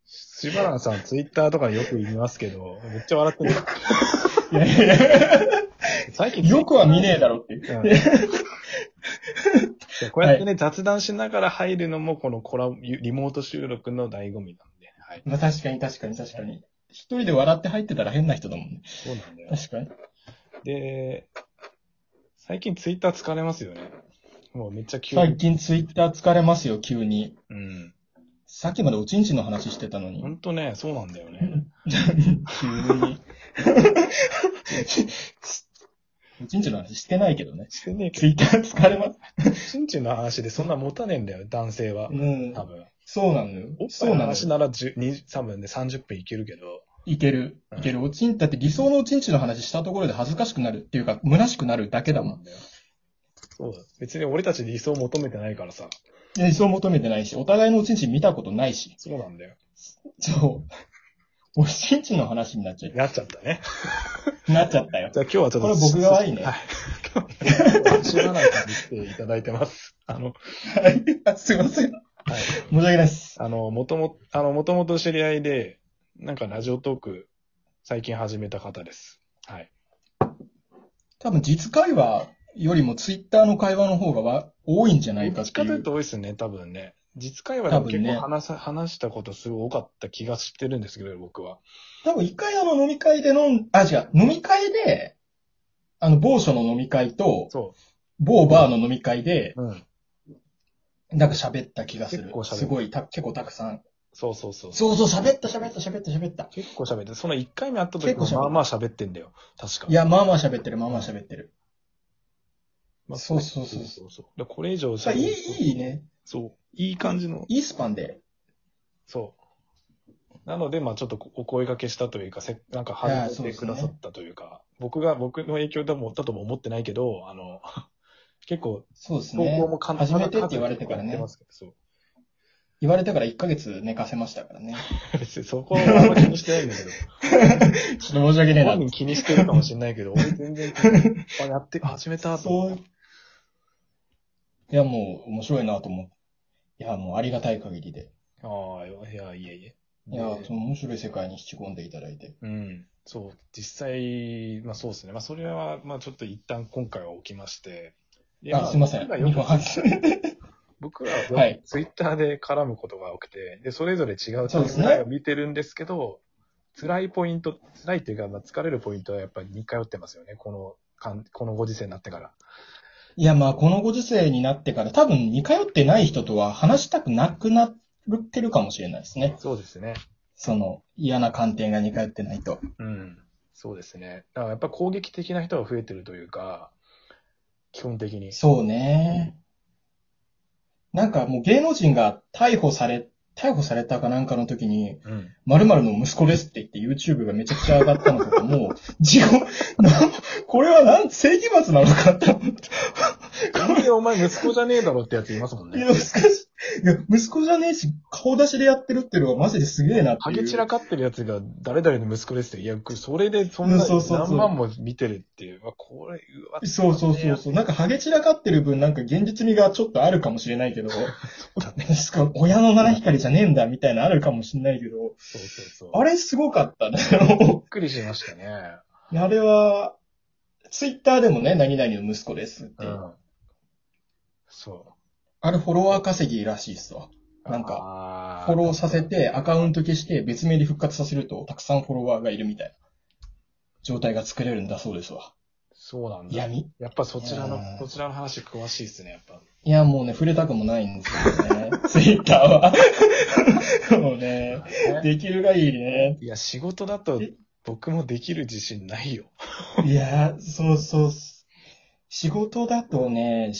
しばらんさん、ツイッターとかよく見ますけど、めっちゃ笑ってる。 いやいやいや最近よくは見ねえだろって。 うんこうやってね、雑談しながら入るのも、このリモート収録の醍醐味なんで。はい。 まあ確かに。一人で笑って入ってたら変な人だもんね。 そうなんだよ。 確かに。 で、最近ツイッター疲れますよね。もうめっちゃ急に。 最近ツイッター疲れますよ、急に。 うん。 さっきまでおちんちんの話してたのに。 ほんとね、そうなんだよね。 急に。おちんちんの話してないけどね。 してねえけツイッター疲れます。 ど、ちんちんの話でそんな持たねえんだよ、男性は。 うん。 多分。 そうなのよ。 おっぱいの話なら多分ね、30分いけるけど。 いける。おちん、だって理想のおちんちんの話したところで恥ずかしくなるっていうか、虚しくなるだけだもん。 そうだ。別に俺たち理想求めてないからさ。 理想求めてないし、お互いのおちんちん見たことないし。 そうなんだよ。 そう。おちんちんの話になっちゃう。 なっちゃったね。 なっちゃったよ。 じゃあ今日はちょっと。 これ僕が悪いね。 はい。今日は知らないから来ていただいてます。 はい。すいません。 はい。 申し訳ないです。 もともと知り合いで、なんかラジオトーク、最近始めた方です。はい。 多分実会話よりもツイッターの会話の方が多いんじゃないかっていう。 どっちかというと多いですね、多分ね。実会話でも結構話したことすごい多かった気がしてるんですけど、僕は。 多分一回飲み会で飲み会で、某所の飲み会と、某バーの飲み会で、なんか喋った気がする。結構すごい、結構たくさん。そう、喋った。 結構喋って、その1回目会った時もまあまあ喋ってんだよ。確か。 いや、まあまあ喋ってる。 まあ、そう。でこれ以上喋る。いいね。 そう。いい感じの。 いいスパンで。 そう。なので、まあちょっとお声掛けしたというか、なんか始めてくださったというか、僕の影響だとも思ってないけど、結構、 そうですね。初めてって言われてからね。言われてから1ヶ月寝かせましたからね。 別にそこはあんま気にしてないんだけど。 ちょっと申し訳ねえな。 本人気にしてるかもしれないけど、俺全然始めたと。 いや、もう面白いなと思って。いや、もうありがたい限りで。 ああ、いや、いえ。 いや、その面白い世界に引き込んでいただいて。 うん。そう、実際、まあそうですね。まあそれは、まあちょっと一旦今回は起きまして。 すいません。 僕らはツイッターで絡むことが多くて、で、それぞれ違うタイムラインを見てるんですけど、辛いっていうか、まあ、疲れるポイントはやっぱり似通ってますよね。このご時世になってから。 いや、まあ、このご時世になってから、多分似通ってない人とは話したくなくなってるかもしれないですね。 そうですね。 その、嫌な観点が似通ってないと。 うん。そうですね。だからやっぱ攻撃的な人が増えてるというか、基本的に。 そうね。なんかもう芸能人が逮捕されたかなんかの時に、〇〇の息子ですって言って YouTube がめちゃくちゃ上がったのとかも、これは正義罰なのかって思って。 お前息子じゃねえだろってやついますもんね。 いや、息子じゃねえし、顔出しでやってるっていうのはマジですげえなっていう。 ハゲ散らかってるやつが誰々の息子ですって。いや、それでそんな何万も見てるっていう。これ、 そう。なんかハゲ散らかってる分なんか現実味がちょっとあるかもしれないけど。そうだね。親の七光じゃねえんだみたいなあるかもしれないけど。そう。あれすごかったね。 びっくりしましたね。 あれは、ツイッターでもね、何々の息子ですって。そう。あれフォロワー稼ぎらしいっすわ。なんか、フォローさせて、アカウント消して別名で復活させると、たくさんフォロワーがいるみたいな状態が作れるんだそうですわ。そうなんだ。やっぱそちらの話詳しいっすね、やっぱ。いや、もうね、触れたくもないんですよね。ツイッターは。もうね、できるがいいね。いや、仕事だと僕もできる自信ないよ。いや、そう。仕事だとね、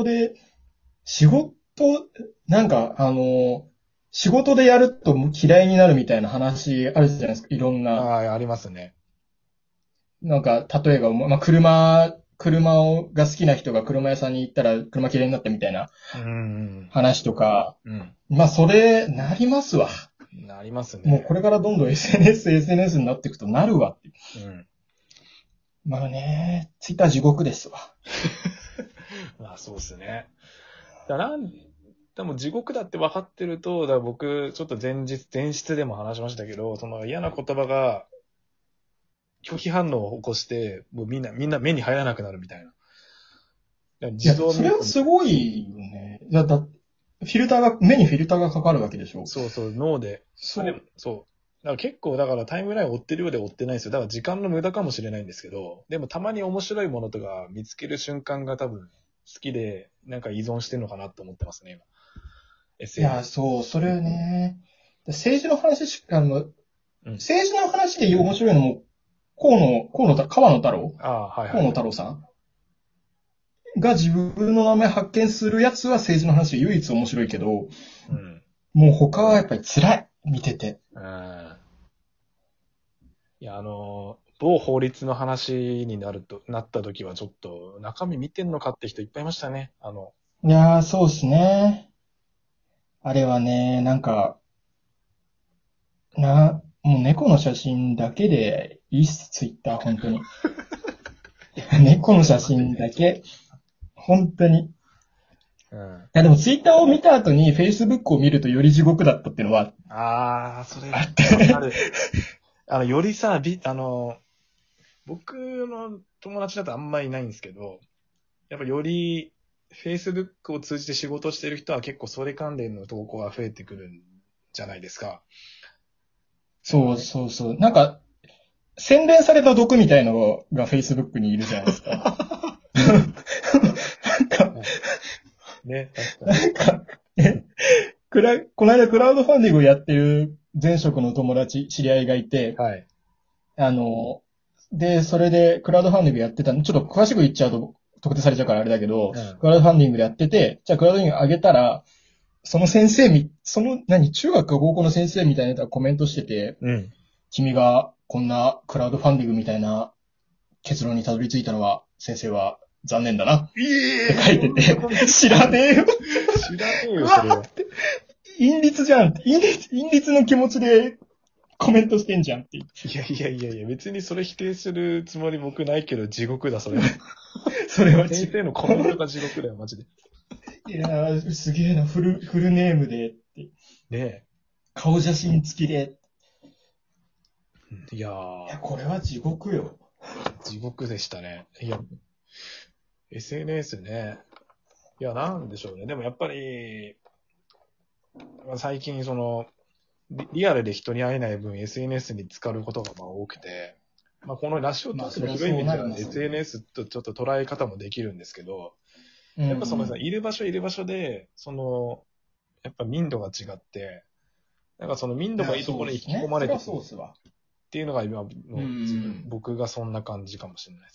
なんか、仕事でやると嫌いになるみたいな話あるじゃないですか、いろんな。ありますね。なんか、例えば、まあ、車が好きな人が車屋さんに行ったら車嫌いになったみたいな話とか、まあ、それ、なりますわ。なりますね。もうこれからどんどん SNS になっていくとなるわって。まあね、ツイッター地獄ですわ。まあそうですね。 でも地獄だって分かってると、だから僕、ちょっと前室でも話しましたけど、その嫌な言葉が拒否反応を起こして、もうみんな目に入らなくなるみたいな。 いや、それはすごいよね。目にフィルターがかかるわけでしょ。 そうそう、脳で。そう。だから結構、だからタイムライン追ってるようで追ってないんですよ。だから時間の無駄かもしれないんですけど、でもたまに面白いものとか見つける瞬間が多分好きで、なんか依存してるのかなと思ってますね、今。 いや、そう、それね。政治の話政治の話で面白いのも、川野太郎河野太郎さんが自分の名前発見するやつは政治の話で唯一面白いけど、もう他はやっぱり辛い。見てて。 いや、某法律の話になった時はちょっと中身見てんのかって人いっぱいいましたね。 いやー、そうですね。あれはね、なんか、もう猫の写真だけでいいっす、ツイッター、本当に。猫の写真だけ、本当に。いや、でもツイッターを見た後にフェイスブックを見るとより地獄だったっていうのは。 それある。よりさ、僕の友達だとあんまりいないんですけど、やっぱより、Facebook を通じて仕事してる人は結構それ関連の投稿が増えてくるんじゃないですか。 そうそうそう。なんか、洗練された毒みたいのが Facebook にいるじゃないですか。なんか、 ね、 なんか、この間クラウドファンディングをやってる前職の友達、知り合いがいて、 はい。 で、それでクラウドファンディングやってたの、ちょっと詳しく言っちゃうと特定されちゃうからあれだけど、クラウドファンディングでやってて、じゃあクラウドファンディング上げたら、その先生中学か高校の先生みたいなやつがコメントしてて、君がこんなクラウドファンディングみたいな結論にたどり着いたのは、先生は残念だな。って書いてて、知らねえよ。 知らねえよ、それは。 陰律じゃん。陰律の気持ちでコメントしてんじゃんって。 いや、別にそれ否定するつもり僕ないけど、地獄だ、それ。それは先生のコメントが地獄だよ、マジで。 いやー、すげえな、フルネームでって。 ねえ。 顔写真付きで。 いやー。 これは地獄よ。 地獄でしたね。いや、SNS ね。いや、なんでしょうね。でもやっぱり、最近リアルで人に会えない分 SNS に浸かることが多くて、このラジオトークの広い意味では SNS とちょっと捉え方もできるんですけど、やっぱいる場所で、やっぱ民度が違って、なんか民度がいいところに引き込まれてるっていうのが今の僕がそんな感じかもしれないです。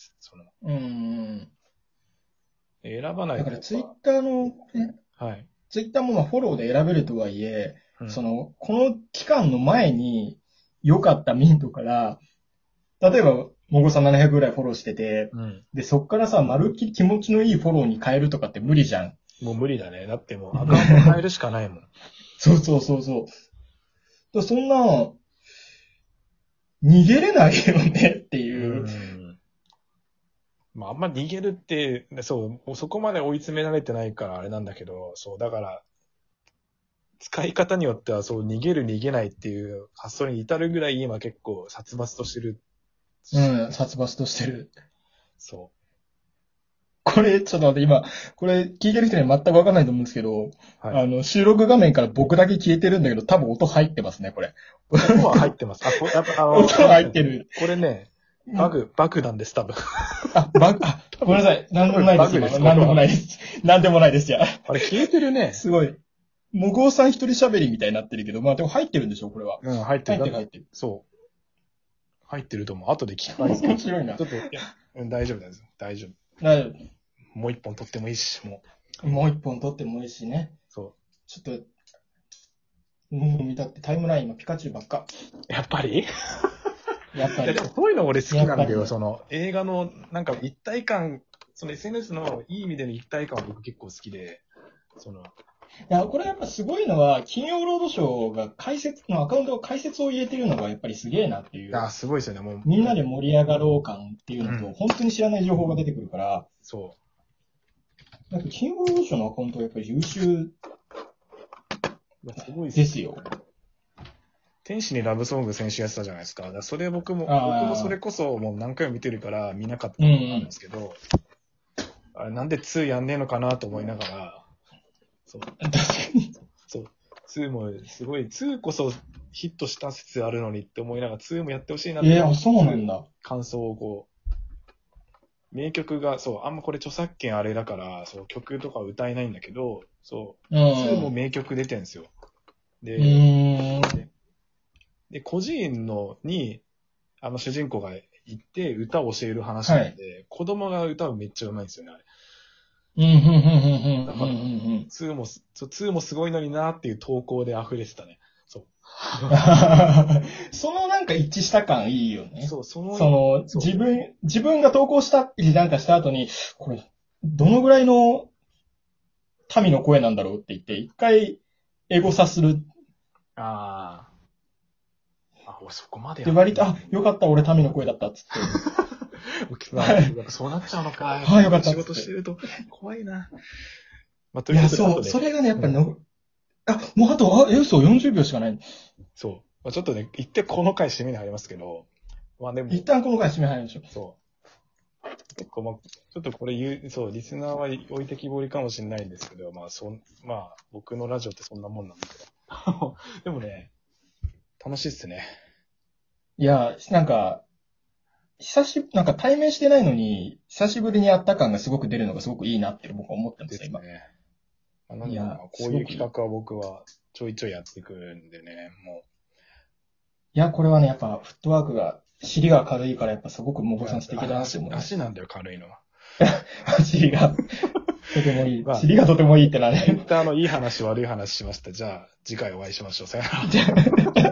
選ばないと。 だからツイッターの、 はい。 ツイッターもフォローで選べるとはいえ、この期間の前に良かった民度から、例えば、もごさん700ぐらいフォローしてて、で、そっからさ、まるっきり気持ちのいいフォローに変えるとかって無理じゃん。 もう無理だね。だってもうアカウント変えるしかないもん。 そう。そんな、逃げれないよねっていう。 あんま逃げるって、そこまで追い詰められてないからあれなんだけど、だから、使い方によっては逃げる逃げないっていう発想に至るぐらい今結構殺伐としてる。 殺伐としてる。 そう。 これ、ちょっと待って、今、これ聞いてる人には全くわかんないと思うんですけど、はい、収録画面から僕だけ消えてるんだけど、多分音入ってますね、これ。 音は入ってます。 音は入ってる。 これね、バグなんです、多分。 ごめんなさい。なんでもないです。なんでもないです。なんでもないです、じゃあ。 あれ消えてるね。 すごい。もごうさん一人喋りみたいになってるけど、でも入ってるんでしょ、これは。 入ってる。 入ってる。 そう。入ってると思う。後で聞きます。 面白いな。 ちょっと、大丈夫です。大丈夫。もう一本取ってもいいし、もう一本取ってもいいしね。 そう。 ちょっと、見たってタイムラインのピカチュウばっか。 やっぱりでもそういうの俺好きなんだよ。映画のなんか一体感、SNS のいい意味での一体感は僕結構好きで、 いや、これやっぱすごいのは、金曜ロードショーがアカウントが解説を入れてるのがやっぱりすげえなっていう。 すごいですよね、もう。 みんなで盛り上がろう感っていうのと、本当に知らない情報が出てくるから。 そう。 なんか金曜ロードショーのアカウントはやっぱり優秀すごいですよ。 天使にラブソング先週やってたじゃないですか。だからそれ僕もそれこそもう何回も見てるから見なかったんですけど、あれなんで2やんねえのかなと思いながら、そう。 確かに。 そう。2もすごい、2こそヒットした説あるのにって思いながら2もやってほしいなって。 そうなんだ。 感想をこう、名曲が、そう、あんまこれ著作権あれだから、そう、曲とか歌えないんだけど、そう、2も名曲出てんですよ。で、孤児院に、主人公が行って歌を教える話なんで、子供が歌うめっちゃうまいんですよね、あれ。だから、2もすごいのになっていう投稿で溢れてたね。そう。 そのなんか一致した感いいよね。 そう、 自分が投稿したりなんかした後に、これ、どのぐらいの民の声なんだろうって言って、一回エゴサする。 俺そこまでやで、割と、よかった、俺民の声だったっつって。 そうなっちゃうのか。 よかった。 仕事してると怖いな。 いや、そう、それがね、やっぱりもうあと、嘘、40秒しかない。 そう。ちょっとね、一旦この回締めに入りますけど、でも。 一旦この回締め入るでしょ。 そう。結構ちょっとこれそう、リスナーは置いてきぼりかもしれないんですけど、僕のラジオってそんなもんなんだけど。でもね、楽しいっすね。 いや、なんか対面してないのに、久しぶりに会った感がすごく出るのがすごくいいなって僕は思ってます、今。 ね。こういう企画は僕はちょいちょいやってくるんでね、もう。 いや、これはね、やっぱ、フットワークが、尻が軽いから、やっぱすごくもごさん素敵だなって思う。 足なんだよ、軽いのは。 尻が、とてもいい。尻がとてもいいってなね。 いい話悪い話しました。じゃあ、次回お会いしましょう。さよなら。